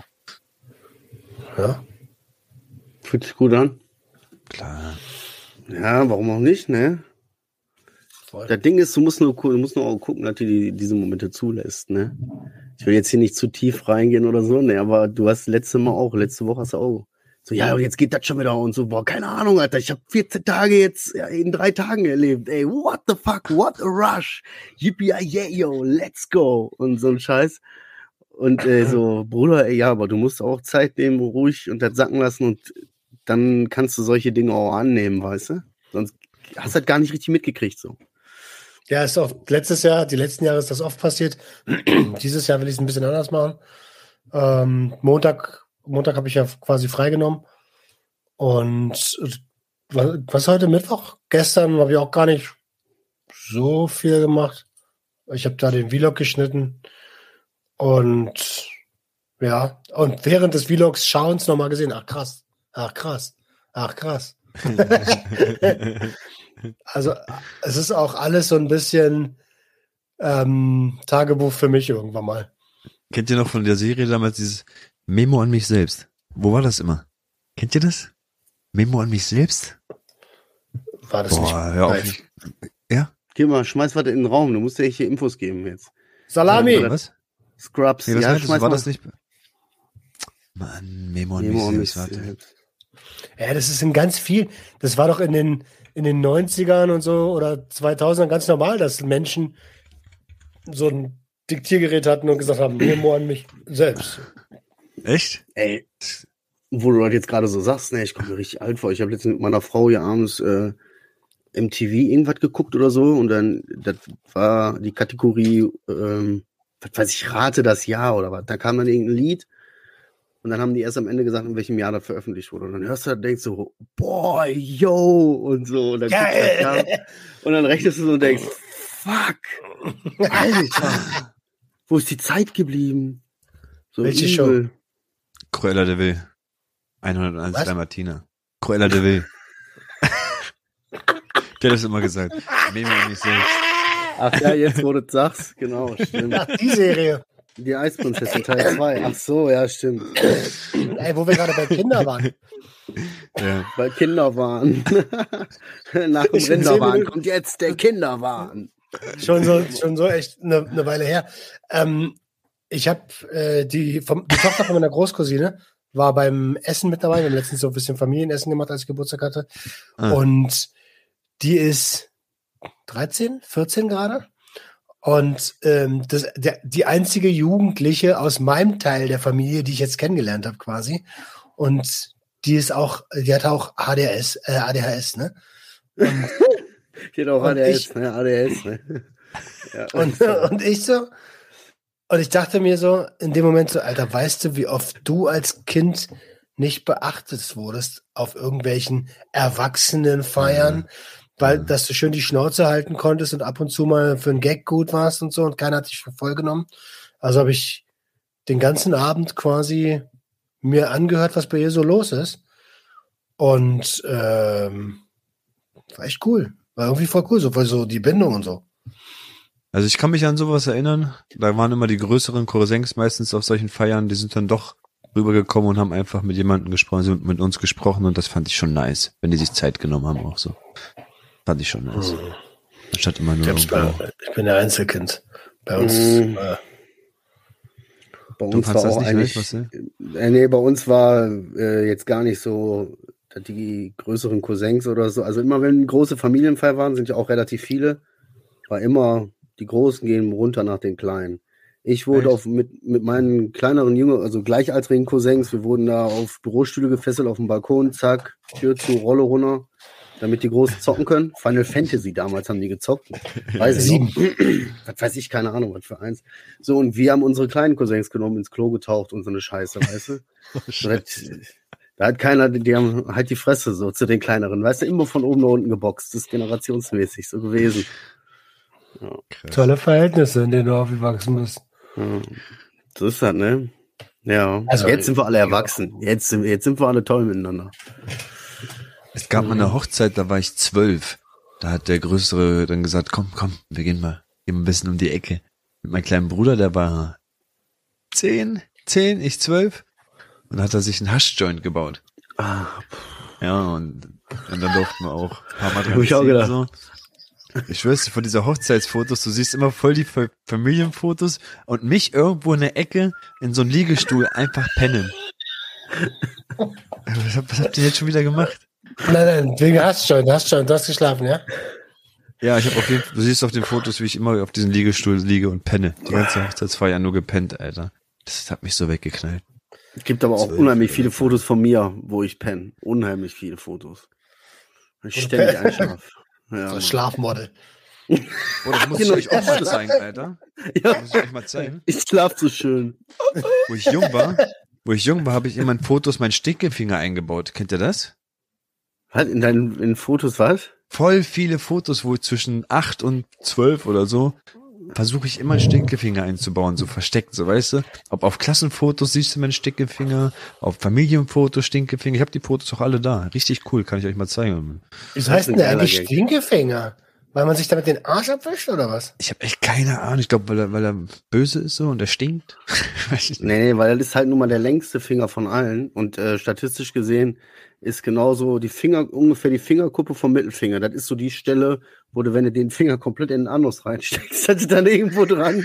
Ja. Fühlt sich gut an. Klar. Ja, warum auch nicht, ne? Voll. Das Ding ist, du musst nur, gu- du musst nur auch gucken, dass du die, diese Momente zulässt, ne? Ich will jetzt hier nicht zu tief reingehen oder so, ne? Aber du hast letzte Mal auch, letzte Woche hast du auch so, ja, jetzt geht das schon wieder und so, boah, keine Ahnung, Alter, ich habe vierzehn Tage jetzt ja, in drei Tagen erlebt, ey, what the fuck, what a rush, yippie yeah, yo, let's go und so ein Scheiß. Und äh, so, Bruder, ey, ja, aber du musst auch Zeit nehmen, ruhig und das sacken lassen und dann kannst du solche Dinge auch annehmen, weißt du? Sonst hast du das gar nicht richtig mitgekriegt, so. Ja, ist oft, letztes Jahr, die letzten Jahre ist das oft passiert. Dieses Jahr will ich es ein bisschen anders machen. Ähm, Montag, Montag habe ich ja quasi freigenommen. Und was was ist heute Mittwoch? Gestern habe ich auch gar nicht so viel gemacht. Ich habe da den Vlog geschnitten. Und ja, und während des Vlogs Schauens nochmal gesehen, ach krass, ach krass, ach krass. Also es ist auch alles so ein bisschen ähm, Tagebuch für mich irgendwann mal. Kennt ihr noch von der Serie damals dieses Memo an mich selbst? Wo war das immer? Kennt ihr das? Memo an mich selbst? War das Boah, nicht hör auf. live? Ja? Geh mal, schmeiß was in den Raum, du musst ja hier Infos geben jetzt. Salami! Oder- Was? Scrubs, Nee, was ja, meintest du? schmeiß War mal. das nicht? Mann, Memo an Memo an mich mich selbst. Warte. selbst. Ja, das ist in ganz viel. Das war doch in den, in den neunzigern und so oder zweitausendern ganz normal, dass Menschen so ein Diktiergerät hatten und gesagt haben, Memo an mich selbst. Echt? Ey, wo du das jetzt gerade so sagst, ne, ich komme mir richtig alt vor. Ich habe letztens mit meiner Frau hier abends äh, M T V irgendwas geguckt oder so und dann, das war die Kategorie, ähm, was weiß ich, rate das Jahr oder was. Da kam dann irgendein Lied und dann haben die erst am Ende gesagt, in welchem Jahr das veröffentlicht wurde. Und dann hörst du, dann denkst du, boah, yo, und so. Und dann, guckst du das Jahr und dann rechnest du so und denkst, fuck, Alter, wo ist die Zeit geblieben? So Welche übel. Cruella de Vil. hunderteins Was? Dalmatiner. Cruella de Vil. Der hat das immer gesagt. Memo an mich selbst. Ach ja, jetzt wo du das sagst, genau, stimmt. Ach, die Serie. Die Eisprinzessin Teil zwei. Ach so, ja, stimmt. Ey, wo wir gerade bei Kindern waren. Ja. Weil Kinder waren. Nach dem Ich bin Rinderwahn zehn kommt jetzt der Kinderwahn. Schon so, schon so echt eine, eine Weile her. Ähm, ich habe äh, die, vom, die Tochter von meiner Großcousine war beim Essen mit dabei. Wir haben letztens so ein bisschen Familienessen gemacht, als ich Geburtstag hatte. Ah. Und die ist dreizehn, vierzehn gerade. Und ähm, das, der, die einzige Jugendliche aus meinem Teil der Familie, die ich jetzt kennengelernt habe quasi. Und die ist auch, die hat auch A D H S, äh, A D H S, ne? Und, Geht auch und A D H S, ich- ne? A D H S, ne? Ja. und, und ich so, und ich dachte mir so, in dem Moment so, Alter, weißt du, wie oft du als Kind nicht beachtet wurdest auf irgendwelchen Erwachsenenfeiern, weil, Ja. dass du schön die Schnauze halten konntest und ab und zu mal für einen Gag gut warst und so und keiner hat dich für voll genommen. Also habe ich den ganzen Abend quasi mir angehört, was bei ihr so los ist. Und ähm, war echt cool. War irgendwie voll cool, so voll so die Bindung und so. Also ich kann mich an sowas erinnern, da waren immer die größeren Cousins meistens auf solchen Feiern, die sind dann doch rübergekommen und haben einfach mit jemandem gesprochen, sind mit uns gesprochen und das fand ich schon nice, wenn die sich Zeit genommen haben auch so. Fand ich schon nice. Anstatt immer nur Ich, hab's irgendwo- bei, ich bin der Einzelkind. Bei uns. Mm. Äh, Bei Du uns fandst war das auch nicht eigentlich, nice, äh, nee, bei uns war äh, jetzt gar nicht so die größeren Cousins oder so. Also immer wenn große Familienfeier waren, sind ja auch relativ viele, war immer, die Großen gehen runter nach den Kleinen. Ich wurde Echt? auf, mit, mit meinen kleineren Jünger, also gleichaltrigen Cousins, wir wurden da auf Bürostühle gefesselt, auf dem Balkon, zack, Tür zu, Rolle runter, damit die Großen zocken können. Final Fantasy damals haben die gezockt. Weiß ich Sieben. noch. Was weiß ich, keine Ahnung, was für eins. So, und wir haben unsere kleinen Cousins genommen, ins Klo getaucht und so eine Scheiße, weißt du? So, das, da hat keiner, die haben halt die Fresse so zu den kleineren, weißt du, immer von oben nach unten geboxt. Das ist generationsmäßig so gewesen. tolle Verhältnisse, in denen du aufgewachsen bist. Ja. So ist das, ne? Ja. Also, jetzt sind wir alle erwachsen. Jetzt sind, jetzt sind wir alle toll miteinander. Es gab mal eine Hochzeit, da war ich zwölf. Da hat der Größere dann gesagt, komm, komm, wir gehen mal, gehen mal ein bisschen um die Ecke. Mit meinem kleinen Bruder, der war zehn, zehn, ich zwölf. Und dann hat er sich einen Haschjoint gebaut. Ah, Ja, und, und dann durften wir auch ein paar Mal dran Hab ich auch ziehen gedacht. und so. Ich schwör's dir, von dieser Hochzeitsfotos, du siehst immer voll die Fa- Familienfotos und mich irgendwo in der Ecke in so einem Liegestuhl einfach pennen. Was, hab- was habt ihr jetzt schon wieder gemacht? Nein, nein, wegen hast schon, hast schon, du hast geschlafen, ja? Ja, ich habe auf jeden Fall, du siehst auf den Fotos, wie ich immer auf diesem Liegestuhl liege und penne. Die ganze Hochzeitsfeier nur gepennt, Alter. Das hat mich so weggeknallt. es gibt aber auch Zwölf, unheimlich oder? viele Fotos von mir, wo ich penne. Unheimlich viele Fotos. Ich ständig einschlafe. Ja, So Mann. Schlafmodel. Oh, das muss ich Genau. euch auch mal zeigen, Alter. Ja, Das muss ich euch mal zeigen. ich schlaf so schön. Wo ich jung war, wo ich jung war, habe ich immer in Fotos meinen Stinkefinger eingebaut. Kennt ihr das? Was, in deinen in Fotos was? Voll viele Fotos, wo ich zwischen acht und zwölf oder so versuche ich immer einen Stinkefinger einzubauen, so versteckt, so weißt du. Ob auf Klassenfotos siehst du meinen Stinkefinger, auf Familienfotos Stinkefinger. Ich habe die Fotos auch alle da. Richtig cool, kann ich euch mal zeigen. Wieso Das heißt ist ein denn der geiler eigentlich Gag. Stinkefinger? Weil man sich damit den Arsch abwischt oder was? Ich habe echt keine Ahnung. Ich glaube, weil er, weil er böse ist so und er stinkt. Weiß ich nicht. Nee, nee, weil das ist halt nun mal der längste Finger von allen. Und äh, statistisch gesehen ist genauso die Finger, ungefähr die Fingerkuppe vom Mittelfinger. Das ist so die Stelle, wo du, wenn du den Finger komplett in den Anus reinsteckst, das ist dann irgendwo dran.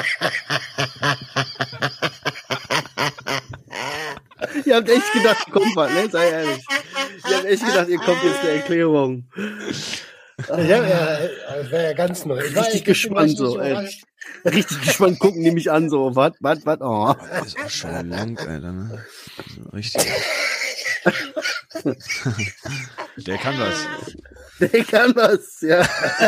Ihr habt echt gedacht, kommt was, ne? Sei ehrlich. Ihr habt echt gedacht, ihr kommt jetzt eine Erklärung. Ja, ja, das wäre ja ganz neu. Ich war Richtig echt gespannt so, ey. überrascht. Richtig gespannt, gucken die mich an, so, was, was, was, oh. Das ist auch schon lang, Alter. Ne? Also richtig. Der kann das. Der kann was, ja.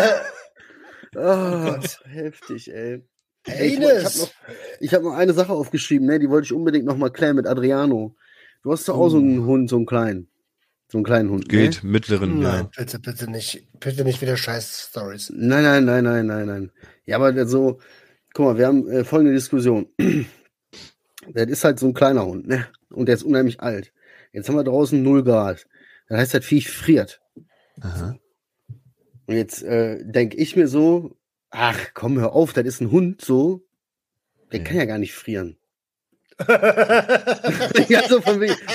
Oh, heftig, ey. Ey, ich, wollt- ich habe noch, ich hab noch eine Sache aufgeschrieben, ne? Die wollte ich unbedingt noch mal klären mit Adriano. Du hast doch auch so einen Hund, so einen kleinen. So einen kleinen Hund. Geht, Ne? mittleren, Nein, ja. bitte, bitte nicht. Bitte nicht wieder scheiß Stories. Nein, nein, nein, nein, nein, nein. Ja, aber der so, guck mal, wir haben äh, folgende Diskussion. Der ist halt so ein kleiner Hund, ne? Und der ist unheimlich alt. Jetzt haben wir draußen null Grad. Das heißt, das Viech friert. Aha. Und jetzt äh, denke ich mir so, ach komm, hör auf, das ist ein Hund so. Der Ja. kann ja gar nicht frieren. Ja, so von wegen.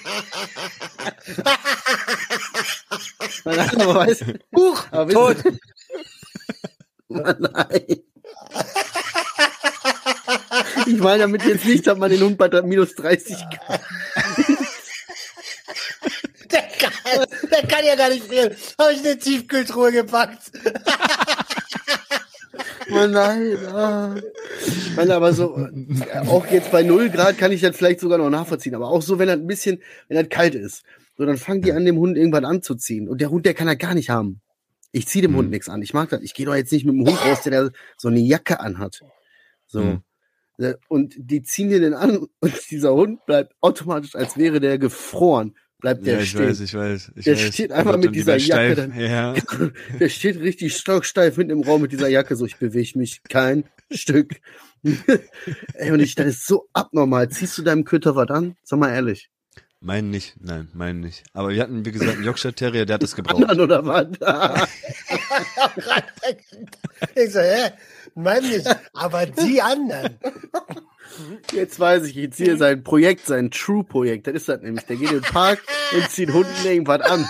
Nein, aber weißt du, Huch, aber tot. wisst ihr- Nein. Ich meine damit jetzt nicht, dass man den Hund bei minus dreißig Grad. Der kann, der kann ja gar nicht frieren. Habe ich in eine Tiefkühltruhe gepackt. Oh nein. Ah. Ich meine, aber so, auch jetzt bei null Grad kann ich das vielleicht sogar noch nachvollziehen. Aber auch so, wenn das ein bisschen, wenn das kalt ist. So, dann fangen die an, dem Hund irgendwann anzuziehen. Und der Hund, der kann das gar nicht haben. Ich ziehe dem Hm. Hund nichts an. Ich mag das. Ich gehe doch jetzt nicht mit dem Hund raus, der da so eine Jacke anhat. So. Hm. Und die ziehen dir den an und dieser Hund bleibt automatisch, als wäre der gefroren, bleibt der Ja, ich stehen. weiß, ich weiß. Ich Der weiß. steht einfach Und mit dann die dieser werden Jacke steif. dann- Ja. Der steht richtig stocksteif hinten im Raum mit dieser Jacke, so ich bewege mich kein Stück. Ey, und ich, das ist so abnormal. Ziehst du deinem Köter was an? Sag mal ehrlich. Meinen nicht, nein, meinen nicht. Aber wir hatten, wie gesagt, einen Yorkshire Terrier, der hat das gebraucht. Anderen oder was? Ich so, hä? Meine nicht, aber die anderen. Jetzt weiß ich, jetzt hier sein Projekt, sein True-Projekt. Das ist das nämlich. Der geht in den Park und zieht Hunden irgendwas an.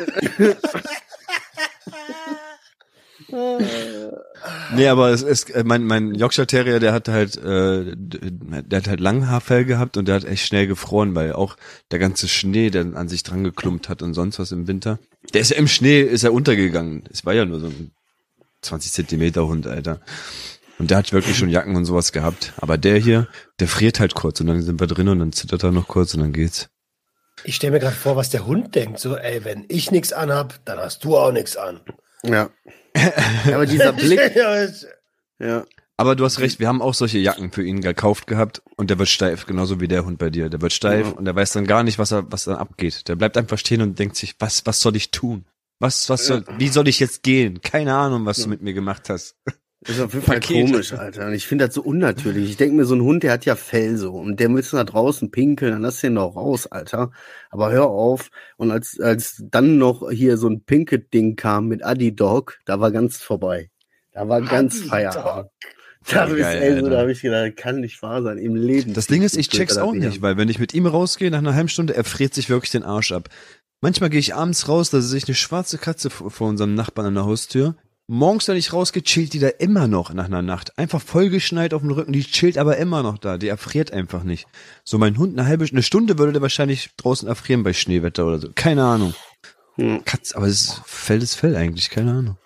Nee, aber es ist, äh, mein, mein Yorkshire Terrier, der hat halt, äh, der hat halt Langhaarfell gehabt und der hat echt schnell gefroren, weil auch der ganze Schnee, der an sich dran geklumpt hat und sonst was im Winter. Der ist ja im Schnee, ist er untergegangen. Es war ja nur so ein zwanzig Zentimeter Hund, Alter. Und der hat wirklich schon Jacken und sowas gehabt. Aber der hier, der friert halt kurz und dann sind wir drin und dann zittert er noch kurz und dann geht's. Ich stelle mir gerade vor, was der Hund denkt. So, ey, wenn ich nichts anhab, dann hast du auch nichts an. Ja. Aber dieser Blick, Ja, es- ja. Aber du hast recht, wir haben auch solche Jacken für ihn gekauft gehabt und der wird steif, genauso wie der Hund bei dir. Der wird steif Ja. und der weiß dann gar nicht, was er, was dann abgeht. Der bleibt einfach stehen und denkt sich, was, was soll ich tun? Was, was soll, wie soll ich jetzt gehen? Keine Ahnung, was du mit mir gemacht hast. Das ist auf jeden Fall Paket. komisch, Alter. Und ich finde das so unnatürlich. Ich denke mir, so ein Hund, der hat ja Fell so. Und der müsste da draußen pinkeln, dann lass den doch raus, Alter. Aber hör auf. Und als, als dann noch hier so ein Pinket-Ding kam mit Adi-Dog, da war ganz vorbei. Da war ganz Adi-Dog. Feierabend. Da, Geil, ist, ey, so, Alter. da habe ich gedacht, kann nicht wahr sein. Im Leben. Das Ding ist, ich zieht check's Köter auch da wieder. nicht, weil wenn ich mit ihm rausgehe, nach einer halben Stunde, er friert sich wirklich den Arsch ab. Manchmal gehe ich abends raus, da sehe ich eine schwarze Katze vor vor unserem Nachbarn an der Haustür. Morgens, wenn ich rausgehe, chillt die da immer noch nach einer Nacht. Einfach vollgeschneit auf dem Rücken, die chillt aber immer noch da. Die erfriert einfach nicht. So mein Hund, eine halbe, eine Stunde würde der wahrscheinlich draußen erfrieren bei Schneewetter oder so. Keine Ahnung. Hm. Katz, aber es ist Fell ist Fell eigentlich, keine Ahnung.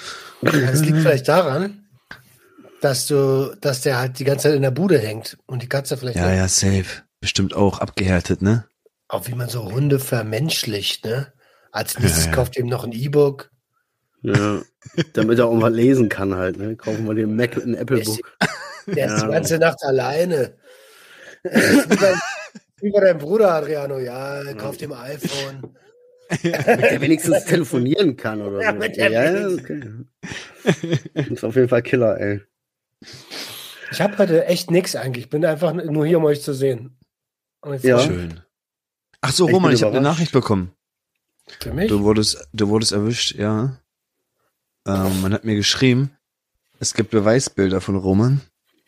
Das liegt vielleicht daran, dass du, dass der halt die ganze Zeit in der Bude hängt und die Katze vielleicht Ja, ja, safe. Bestimmt auch abgehärtet, ne? auch wie man so Hunde vermenschlicht, ne? Als nächstes Ja, ja. kauft ihm noch ein E-Book. Ja. Damit er auch mal lesen kann halt, ne? Kaufen wir den Mac ein Apple Book. Der ist Ja. die ganze Nacht alleine. wie, bei, wie bei deinem Bruder, Adriano. Ja, er kauft ihm ein iPhone. Damit der wenigstens telefonieren kann oder Ja, so. mit der Ja, ja, okay. Das ist auf jeden Fall Killer, ey. Ich habe heute echt nix eigentlich. Ich bin einfach nur hier, um euch zu sehen. Und ich Ja. freu mich. Schön. Ach so, Ich Roman, bin ich habe eine überrascht. Nachricht bekommen. Für mich? Du wurdest, du wurdest erwischt, ja. Ähm, man hat mir geschrieben, es gibt Beweisbilder von Roman,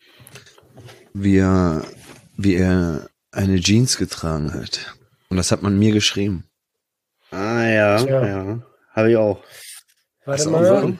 wie er, wie er eine Jeans getragen hat. Und das hat man mir geschrieben. Ah, ja, Tja. ja. Habe ich auch. Warte Hast du mal. auch Sachen?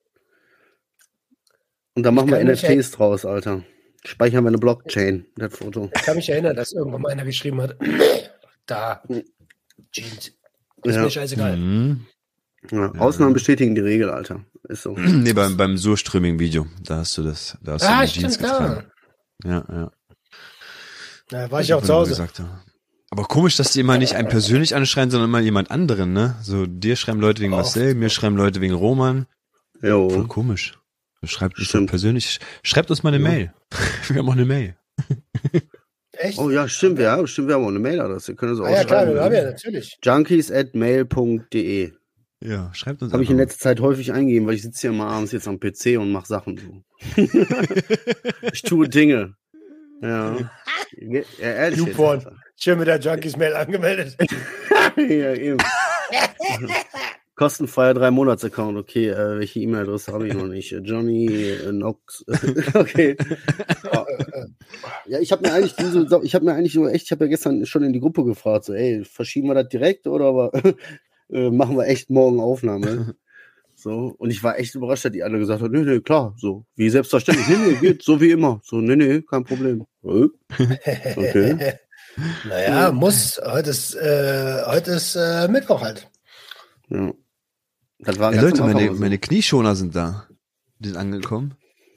Und dann machen wir kann mich N F Ts draus, Alter. Speichern wir eine Blockchain, das Foto. Ich kann mich erinnern, dass irgendwann mal einer geschrieben hat, da, Jeans. Ist Ja. mir scheißegal. Mhm. Ja, Ausnahmen bestätigen die Regel, Alter. Ist so. Nee, beim, beim Surströming-Video, da hast du das, da hast du Ah, eine stimmt, Jeans getragen. klar. Ja, ja. Da war ich auch Hab zu nur Hause. gesagt, ja. Aber komisch, dass die immer nicht einen persönlich anschreien, sondern immer jemand anderen, ne? So, dir schreiben Leute wegen Oh. Marcel, mir schreiben Leute wegen Roman. Voll Jo. komisch. Schreibt uns doch Stimmt. persönlich, schreibt uns mal eine Ja. Mail. Wir haben auch eine Mail. Echt? Oh ja, stimmt, ja, stimmt, wir haben auch eine Mailadresse. Können Sie auch ah, ja, klar, schreiben. wir haben ja natürlich. Junkies at mail punkt de. Ja, schreibt uns Habe ich in einfach letzter Zeit häufig eingegeben, weil ich sitze hier immer abends jetzt am P C und mache Sachen so. Ich tue Dinge. Ja. Ja, ehrlich. jetzt, YouPorn. Alter. Schön mit der Junkies-Mail angemeldet. Ja, eben. Kostenfreier drei Monats Account. Okay, äh, welche E-Mail-Adresse habe ich noch nicht? Äh, Johnny äh, Knox. Okay. Ja, ich habe mir eigentlich diese, ich habe mir eigentlich nur echt, ich habe ja gestern schon in die Gruppe gefragt, so, ey, verschieben wir das direkt oder aber, äh, machen wir echt morgen Aufnahme? So, und ich war echt überrascht, dass die alle gesagt haben, nee, nee, klar, so, wie selbstverständlich, nee, nee, geht, so wie immer. So, nee, nee, kein Problem. Äh, Okay. Naja, muss. Heute ist, äh, heute ist äh, Mittwoch halt. Ja. Das war Ey, ganz Leute, am Anfang meine, so. meine Knieschoner sind da. Die sind angekommen.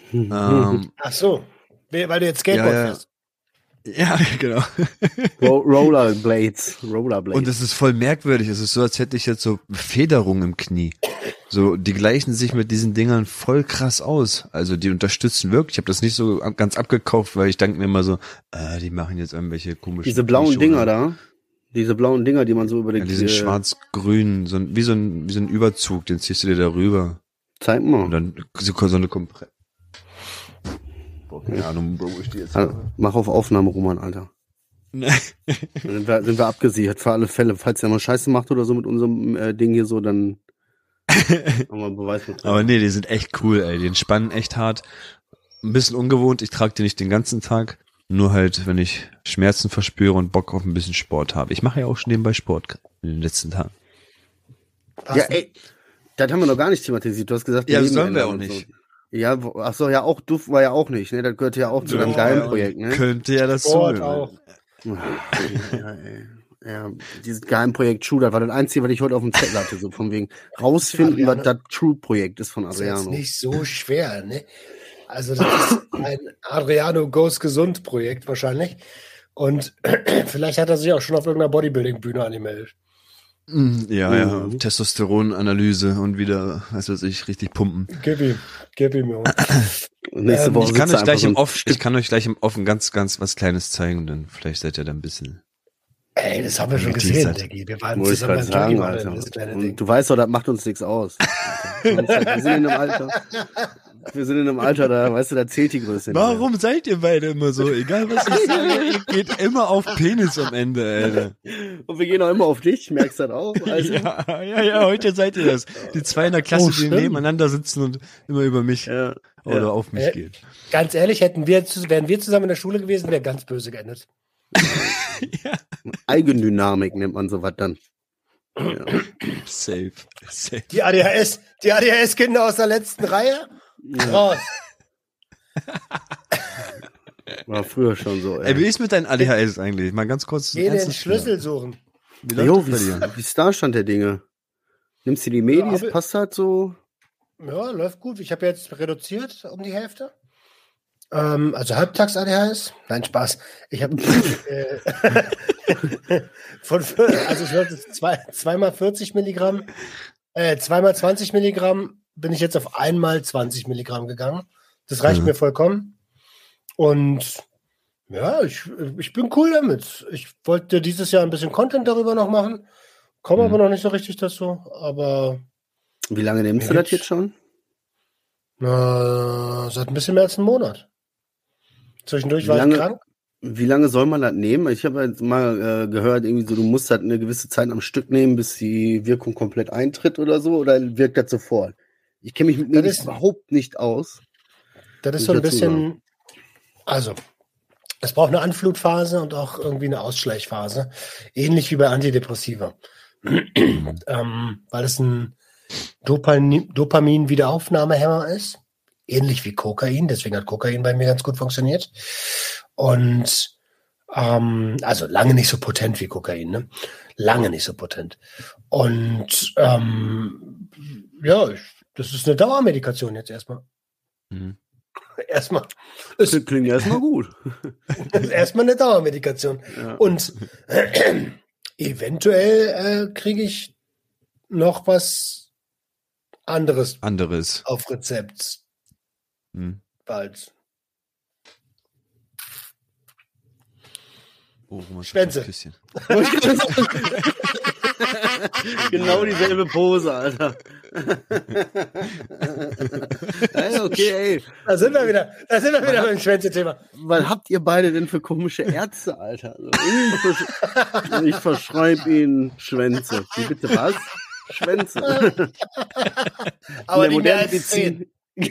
Ähm, Ach so, weil du jetzt Skateboard Ja, ja. fährst. ja, genau. Ro Rollerblades. Rollerblades. Und es ist voll merkwürdig. Es ist so, als hätte ich jetzt so Federung im Knie. So, die gleichen sich mit diesen Dingern voll krass aus. Also die unterstützen wirklich. Ich habe das nicht so ganz abgekauft, weil ich denke mir immer so, äh, die machen jetzt irgendwelche komischen. Diese blauen Knieschoner. Dinger da. Diese blauen Dinger, die man so über den Ja, die sind äh, schwarz-grün, so ein, wie so ein, wie so ein Überzug, den ziehst du dir darüber. Zeig Und mal. dann so, so eine Kompresse. Boah, keine Ahnung, wo ich die jetzt Also, mach auf Aufnahme, Roman, Alter. Dann sind wir, sind wir abgesichert für alle Fälle. Falls er mal Scheiße macht oder so mit unserem äh, Ding hier so, dann haben wir einen Beweis mit drin. Aber nee, die sind echt cool, ey. Die entspannen echt hart. Ein bisschen ungewohnt. Ich trage die nicht den ganzen Tag. Nur halt, wenn ich Schmerzen verspüre und Bock auf ein bisschen Sport habe. Ich mache ja auch schon nebenbei Sport in den letzten Tagen. Ja, ey, das haben wir noch gar nicht thematisiert. Du hast gesagt, Ja, das Leben sollen wir ändern auch und nicht. So. Ja, wo- ach so, ja, auch Duft war ja auch nicht, ne? Das gehört ja auch zu deinem geilen Projekt, ne? Könnte ja das Sport so. auch. Ja, ey. Ja, dieses Geheimprojekt True, das war das Einzige, was ich heute auf dem Zettel hatte, so von wegen rausfinden, was das True-Projekt ist von Das ist jetzt Adriano. nicht so schwer, ne? Also das ist ein Adriano Goes Gesund Projekt wahrscheinlich. Und vielleicht hat er sich auch schon auf irgendeiner Bodybuilding-Bühne angemeldet. Mm, Ja, ja. Mhm. Testosteronanalyse und wieder, was weiß ich, richtig pumpen. Gib ihm, gib ihm. Junge. Nächste Ähm, Woche Ich kann sitzt er euch gleich einfach im so ein Off, ich kann euch gleich im Offen ganz, ganz was Kleines zeigen, dann vielleicht seid ihr da ein bisschen. Ey, das haben wir schon Geteasert. gesehen, Diggi. Wir waren Wollte ich zusammen gerade beim sagen, Joggen, Alter. das kleine Und Ding. du weißt doch, das macht uns nichts aus. Alter. Wir sind in einem Alter. Wir sind in einem Alter, da, weißt du, da zählt die Größe. nicht mehr. Warum seid ihr beide immer so? Egal was ich sage, ihr geht immer auf Penis am Ende, Alter. Und wir gehen auch immer auf dich, merkst du das auch? Also, Ja, ja, ja, heute seid ihr das. Die zwei in der Klasse, Oh, die stimmt. nebeneinander sitzen und immer über mich ja, oder ja. auf mich Äh, gehen. Ganz ehrlich, hätten wir, zu- wären wir zusammen in der Schule gewesen, wäre ganz böse geendet. Eigendynamik nennt man sowas dann. Ja. Safe, safe. Die A D H S, die A D H S-Kinder aus der letzten Reihe, raus. War früher schon so, Ey, wie ey. ist mit deinen A D H S eigentlich? Mal ganz kurz. Geh den ernstes Schlüssel Thema. suchen. Wie Jo, läuft wie, das bei dir? wie ist da Stand der Dinge? Nimmst du die Medis, Ja, hab- passt halt so? Ja, läuft gut. Ich habe jetzt reduziert um die Hälfte. Ähm, also Halbtags-A D H S. Nein, Spaß. Ich habe äh, von vier- also ich wollte zwei, zweimal vierzig Milligramm, äh, zweimal zwanzig Milligramm bin ich jetzt auf einmal zwanzig Milligramm gegangen. Das reicht Mhm. mir vollkommen. Und ja, ich, ich bin cool damit. Ich wollte dieses Jahr ein bisschen Content darüber noch machen, komme Mhm. aber noch nicht so richtig dazu. Aber Wie lange nimmst Mir du das geht's- jetzt schon? äh, seit ein bisschen mehr als einem Monat. Zwischendurch Wie war lange- ich krank. Wie lange soll man das nehmen? Ich habe jetzt mal äh, gehört, irgendwie so, du musst das eine gewisse Zeit am Stück nehmen, bis die Wirkung komplett eintritt oder so, oder wirkt das sofort? Ich kenne mich mit Das Medis ist- überhaupt nicht aus. Das ist Muss so ein ich dazu bisschen, also, es braucht eine Anflutphase und auch irgendwie eine Ausschleichphase. Ähnlich wie bei Antidepressiva. ähm, weil es ein Dopamin, Dopamin-Wiederaufnahmehemmer ist. Ähnlich wie Kokain. Deswegen hat Kokain bei mir ganz gut funktioniert. Und ähm, also lange nicht so potent wie Kokain, ne? Lange nicht so potent. Und ähm, ja, ich, das ist eine Dauermedikation jetzt erstmal. Mhm. Erstmal. Das Ist, klingt erstmal gut. ist erstmal eine Dauermedikation. Ja. Und äh, eventuell äh, kriege ich noch was anderes Anderes. auf Rezept Hm. bald. Oh, Roman, Schwänze. Küsschen. Genau dieselbe Pose, Alter. Ey, okay, ey. Da sind wir wieder, da sind wir wieder beim Schwänze-Thema. Was habt ihr beide denn für komische Ärzte, Alter? Also, ich, versch ich verschreibe ihnen Schwänze. Wie bitte was? Schwänze. Aber In die der mehr als zehn.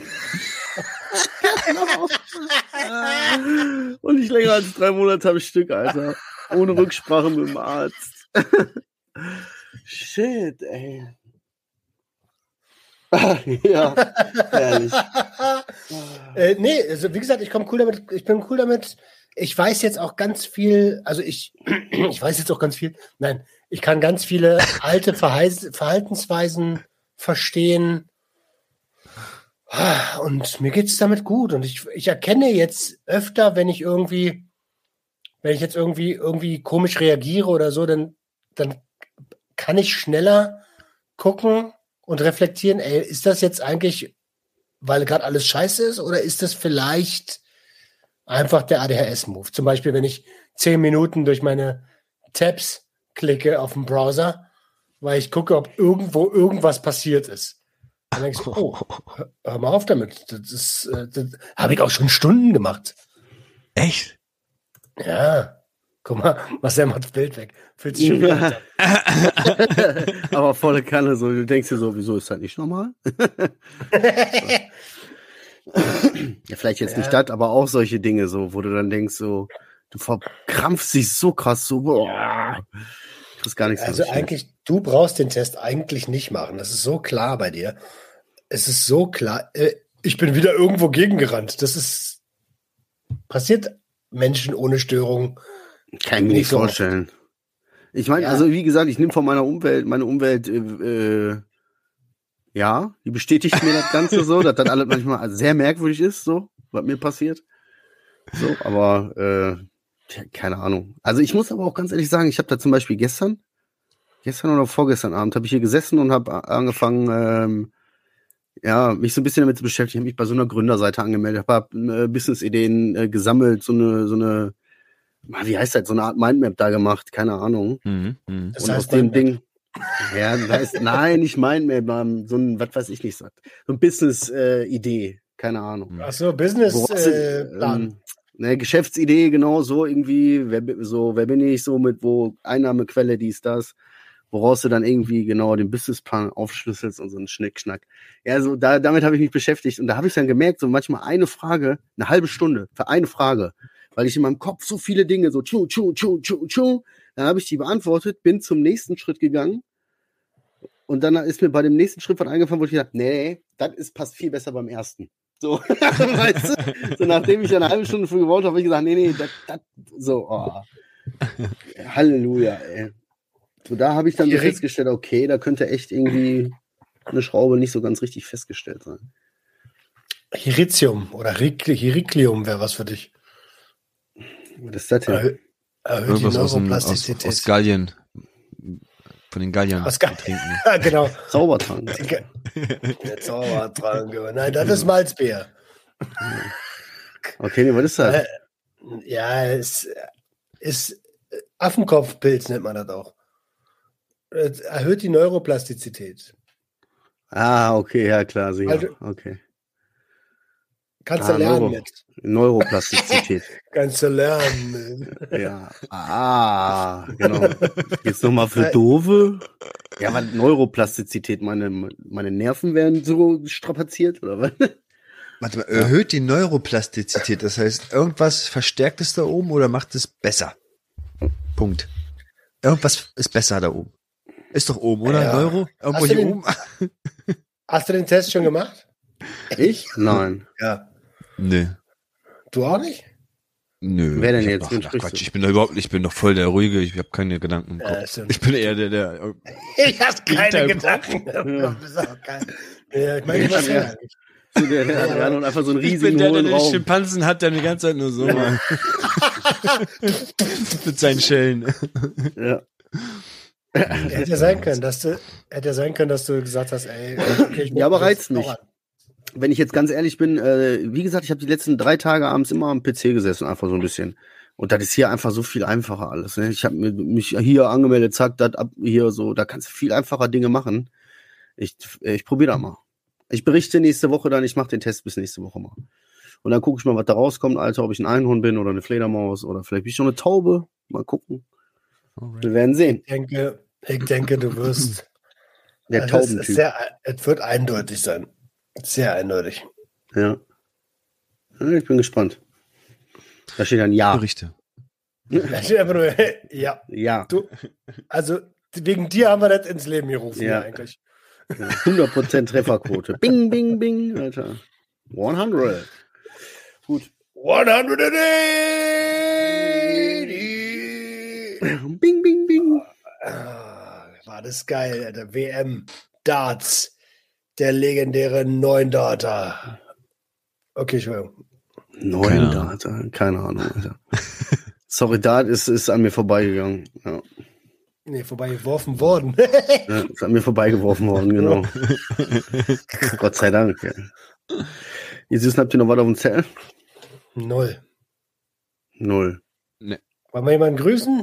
Und nicht länger als drei Monate am Stück, Alter. Ohne Rücksprache mit dem Arzt. Shit, ey. Ja, herrlich. äh, nee, also wie gesagt, ich komme cool damit, ich bin cool damit. Ich weiß jetzt auch ganz viel, also ich, ich weiß jetzt auch ganz viel, nein, ich kann ganz viele alte Verheis Verhaltensweisen verstehen. Und mir geht's damit gut. Und ich, ich erkenne jetzt öfter, wenn ich irgendwie, wenn ich jetzt irgendwie, irgendwie komisch reagiere oder so, dann, dann kann ich schneller gucken und reflektieren, ey, ist das jetzt eigentlich, weil gerade alles scheiße ist, oder ist das vielleicht einfach der A D H S-Move? Zum Beispiel, wenn ich zehn Minuten durch meine Tabs klicke auf dem Browser, weil ich gucke, ob irgendwo irgendwas passiert ist. Dann denkst du, oh, hör, hör mal auf damit. Das, ist, das habe ich auch schon Stunden gemacht. Echt? Ja. Guck mal, Marcel macht das Bild weg. Fühlt sich schon wieder an. Aber volle Kanne, so, du denkst dir so, wieso ist das nicht normal? Ja, vielleicht jetzt Ja. nicht das, aber auch solche Dinge, so, wo du dann denkst, so, du verkrampfst dich so krass, so, boah, ich kriegst gar nichts Also mehr. eigentlich, du brauchst den Test eigentlich nicht machen. Das ist so klar bei dir. Es ist so klar. Äh, Ich bin wieder irgendwo gegengerannt. Das ist passiert Menschen ohne Störung. Kann ich mir nicht nicht so oft. vorstellen. Ich meine, Ja. also wie gesagt, ich nehme von meiner Umwelt, meine Umwelt, äh, äh, ja, die bestätigt mir das Ganze so, dass das alles manchmal sehr merkwürdig ist, so, was mir passiert. So, aber äh, tja, keine Ahnung. Also ich muss aber auch ganz ehrlich sagen, ich habe da zum Beispiel gestern, gestern oder vorgestern Abend, habe ich hier gesessen und habe angefangen, ähm, ja, mich so ein bisschen damit zu beschäftigen. Ich habe mich bei so einer Gründerseite angemeldet, habe äh, Business-Ideen äh, gesammelt, so eine, so eine, wie heißt das, so eine Art Mindmap da gemacht, keine Ahnung. Mhm. Mhm. Das Und heißt aus dem Mindmap. Ding, ja, das heißt, nein, nicht Mindmap, ähm, so ein, was weiß ich nicht, so ein Business-Idee, keine Ahnung. Ach so, Business Woraus äh, du- Plan. ähm, ne, Geschäftsidee, genau, so irgendwie, wer, bi- so, wer bin ich, so mit wo, Einnahmequelle, dies, das, woraus du dann irgendwie genau den Businessplan aufschlüsselst und so ein Schnickschnack. Ja, so, da, damit habe ich mich beschäftigt und da habe ich dann gemerkt, so manchmal eine Frage, eine halbe Stunde für eine Frage, weil ich in meinem Kopf so viele Dinge so, tschu, tschu, tschu, tschu, tschu, dann habe ich die beantwortet, bin zum nächsten Schritt gegangen und dann ist mir bei dem nächsten Schritt was eingefallen, wo ich gedacht, nee, das ist, passt viel besser beim ersten. So, weißt du? So, nachdem ich eine halbe Stunde für gebaut habe, habe ich gesagt, nee, nee, das, das, so, oh. Halleluja, ey. So, da habe ich dann so Erik- festgestellt, okay, da könnte echt irgendwie eine Schraube nicht so ganz richtig festgestellt sein. Hiritium oder Hierikli- Hiriklium wäre was für dich. Was ist das denn? Erhö erhöht die Irgendwas aus, dem, aus, Neuroplastizität. aus Gallien. Von den Galliern Aus Ga- trinken. Ja, genau. Zaubertrank. Der Zaubertrank. Nein, das ist Malzbier. Okay, nee, was ist das? Äh, Ja, es ist Affenkopfpilz, nennt man das auch. Es erhöht die Neuroplastizität. Ah, okay, ja klar, sicher. Also- Okay. Kannst Ah, du lernen Neuro- mit. Neuroplastizität. Kannst du lernen. Ja. Ah, genau. Jetzt nochmal für Dove. Ja, weil Neuroplastizität, meine, meine Nerven werden so strapaziert, oder was? Warte mal, erhöht die Neuroplastizität, das heißt, irgendwas verstärkt es da oben oder macht es besser? Punkt. Irgendwas ist besser da oben. Ist doch oben, oder? Ja. Neuro? Irgendwo Hast du hier den- oben? Hast du den Test schon gemacht? Ich? Nein. Ja. Nö. Du auch nicht? Nö. Wer denn Ich hab jetzt? Doch, Wen ach, sprichst Quatsch, du? ich bin da überhaupt nicht, ich bin doch voll der Ruhige, ich habe keine Gedanken im Kopf. Ja, stimmt. Ich bin eher der, der. Ich hab keine Gegenteil. Gedanken. Ja. Das ist auch geil. Ja, ich meine, was Ja. So, der, der Adrian und einfach so einen Ich riesigen bin der, der hohen den Raum. Schimpansen hat, der die ganze Zeit nur so macht. Mit seinen Schellen. Ja. Hätte ja sein können, dass du, hätte ja sein können, dass du gesagt hast, ey, okay, ich Ja, aber das reizt auch mich. an. Wenn ich jetzt ganz ehrlich bin, äh, wie gesagt, ich habe die letzten drei Tage abends immer am P C gesessen, einfach so ein bisschen. Und das ist hier einfach so viel einfacher alles. Ne? Ich habe mich hier angemeldet, zack, das ab hier so, da kannst du viel einfacher Dinge machen. Ich, ich probiere da mal. Ich berichte nächste Woche dann, ich mache den Test bis nächste Woche mal. Und dann gucke ich mal, was da rauskommt, Alter, ob ich ein Einhorn bin oder eine Fledermaus oder vielleicht bin ich schon eine Taube. Mal gucken. Wir werden sehen. Ich denke, ich denke, du wirst. Der Also es, ist Taubentyp. sehr, es wird eindeutig sein. Sehr eindeutig. Ja. Ja, ich bin gespannt. Da steht ein Ja. Berichte. Da steht einfach nur, ja, Ja. du, also wegen dir haben wir das ins Leben gerufen, Ja. ja. eigentlich. hundert Prozent Trefferquote. Bing, bing, bing, Alter. hundert. Gut. hundertachtzig! Bing, bing, bing. Ah, war das geil, Alter. W M, Darts, Der legendäre Neun Data. Okay, Entschuldigung. Neun Data, keine Ahnung, Alter. Sorry, Dart ist, ist an mir vorbeigegangen. Ja. Nee, vorbeigeworfen worden. Ja, ist an mir vorbeigeworfen worden, genau. Gott sei Dank. Ja. Ihr Süßen, habt ihr noch was auf dem Zettel? Null. Null. Nee. Wollen wir jemanden grüßen?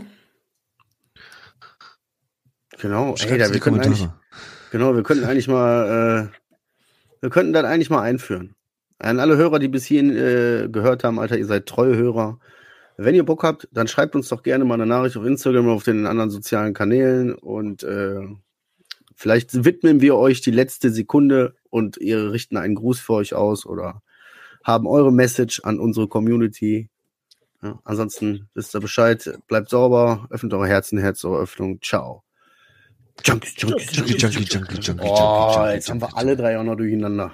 Genau, Schreibt ey, da, in wir die könnten eigentlich, Kommentare. genau, wir könnten eigentlich mal, äh, wir könnten das eigentlich mal einführen. An alle Hörer, die bis hierhin äh, gehört haben, Alter, ihr seid treue Hörer. Wenn ihr Bock habt, dann schreibt uns doch gerne mal eine Nachricht auf Instagram, auf den anderen sozialen Kanälen und äh, vielleicht widmen wir euch die letzte Sekunde und ihr richten einen Gruß für euch aus oder haben eure Message an unsere Community. Ja, ansonsten wisst ihr Bescheid, bleibt sauber, öffnet eure Herzen, Herzöffnung. Ciao. Junkies, Junkies, Junkie, Junkie, Junkie, Junkie, Oh, Junkie, jetzt haben wir Junkie, alle drei auch noch durcheinander.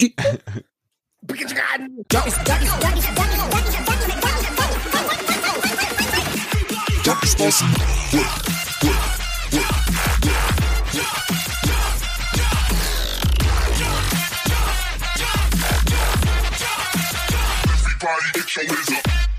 Junkies bossy work, work, work, work. Everybody get your hands up.